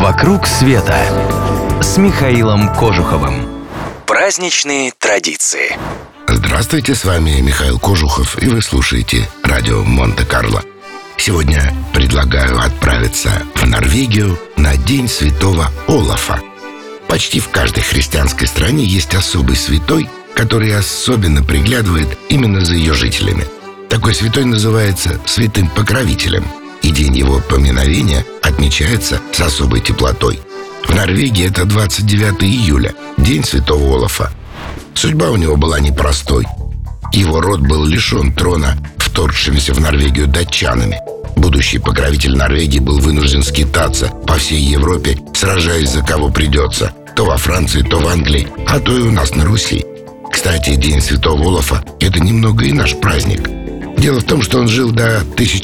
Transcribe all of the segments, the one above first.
«Вокруг света» с Михаилом Кожуховым. Праздничные традиции. Здравствуйте, с вами Михаил Кожухов, и вы слушаете радио Монте-Карло. Сегодня предлагаю отправиться в Норвегию на День Святого Олафа. Почти в каждой христианской стране есть особый святой, который особенно приглядывает именно за ее жителями. Такой святой называется святым покровителем, и день его поминовения отмечается с особой теплотой. В Норвегии это 29 июля, День Святого Олафа. Судьба у него была непростой. Его род был лишен трона вторгшимися в Норвегию датчанами. Будущий покровитель Норвегии был вынужден скитаться по всей Европе, сражаясь за кого придется, то во Франции, то в Англии, а то и у нас на Руси. Кстати, День Святого Олафа – это немного и наш праздник. Дело в том, что он жил до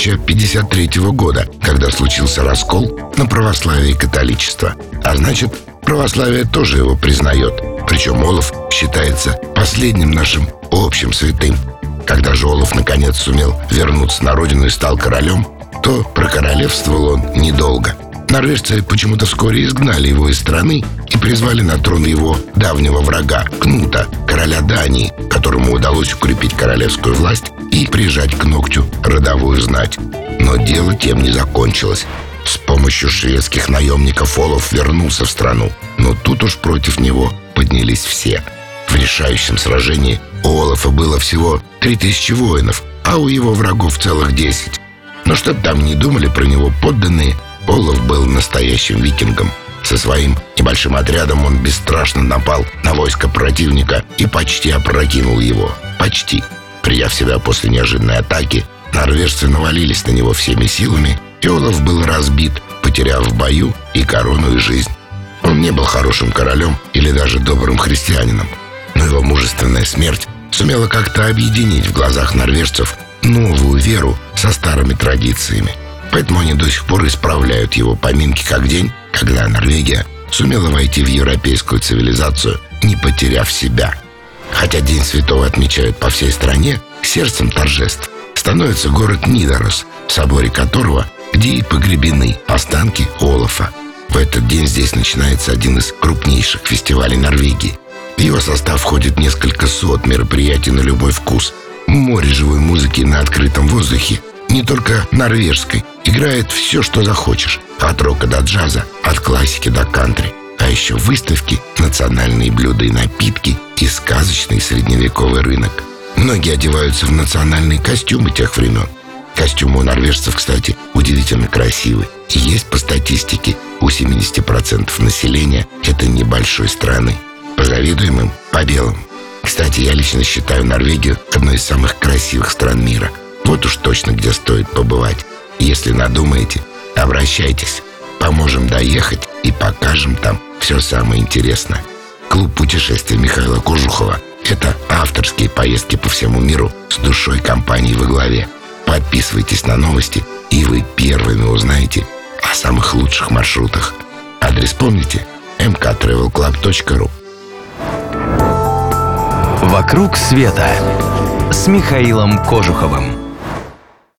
1053 года, когда случился раскол на православие и католичество. А значит, православие тоже его признает. Причем Олаф считается последним нашим общим святым. Когда же Олаф наконец сумел вернуться на родину и стал королем, то прокоролевствовал он недолго. Норвежцы почему-то вскоре изгнали его из страны и призвали на трон его давнего врага Кнута, короля Дании, которому удалось укрепить королевскую власть и прижать к ногтю родовую знать. Но дело тем не закончилось. С помощью шведских наемников Олаф вернулся в страну, но тут уж против него поднялись все. В решающем сражении у Олафа было всего 3000 воинов, а у его врагов целых 10. Но что там ни думали про него подданные, Олаф был настоящим викингом. Со своим небольшим отрядом он бесстрашно напал на войско противника и почти опрокинул его. Почти. Придя в себя после неожиданной атаки, норвежцы навалились на него всеми силами, и Олаф был разбит, потеряв в бою и корону, и жизнь. Он не был хорошим королем или даже добрым христианином, но его мужественная смерть сумела как-то объединить в глазах норвежцев новую веру со старыми традициями. Поэтому они до сих пор исправляют его поминки как день, когда Норвегия сумела войти в европейскую цивилизацию, не потеряв себя. Хотя День Святого отмечают по всей стране, сердцем торжеств становится город Нидорос, в соборе которого где и погребены останки Олафа. В этот день здесь начинается один из крупнейших фестивалей Норвегии. В его состав входит несколько сот мероприятий на любой вкус. Море живой музыки на открытом воздухе, не только норвежской. Играет все, что захочешь. От рока до джаза, от классики до кантри. А еще выставки, национальные блюда и напитки и сказочный средневековый рынок. Многие одеваются в национальные костюмы тех времен. Костюмы у норвежцев, кстати, удивительно красивы. И есть по статистике у 70% населения этой небольшой страны. Позавидуем им по белым. Кстати, я лично считаю Норвегию одной из самых красивых стран мира. Вот уж точно где стоит побывать. Если надумаете, обращайтесь. Поможем доехать и покажем там все самое интересное. Клуб путешествий Михаила Кожухова – это авторские поездки по всему миру с душой компании во главе. Подписывайтесь на новости, и вы первыми узнаете о самых лучших маршрутах. Адрес помните? mktravelclub.ru. «Вокруг света» с Михаилом Кожуховым.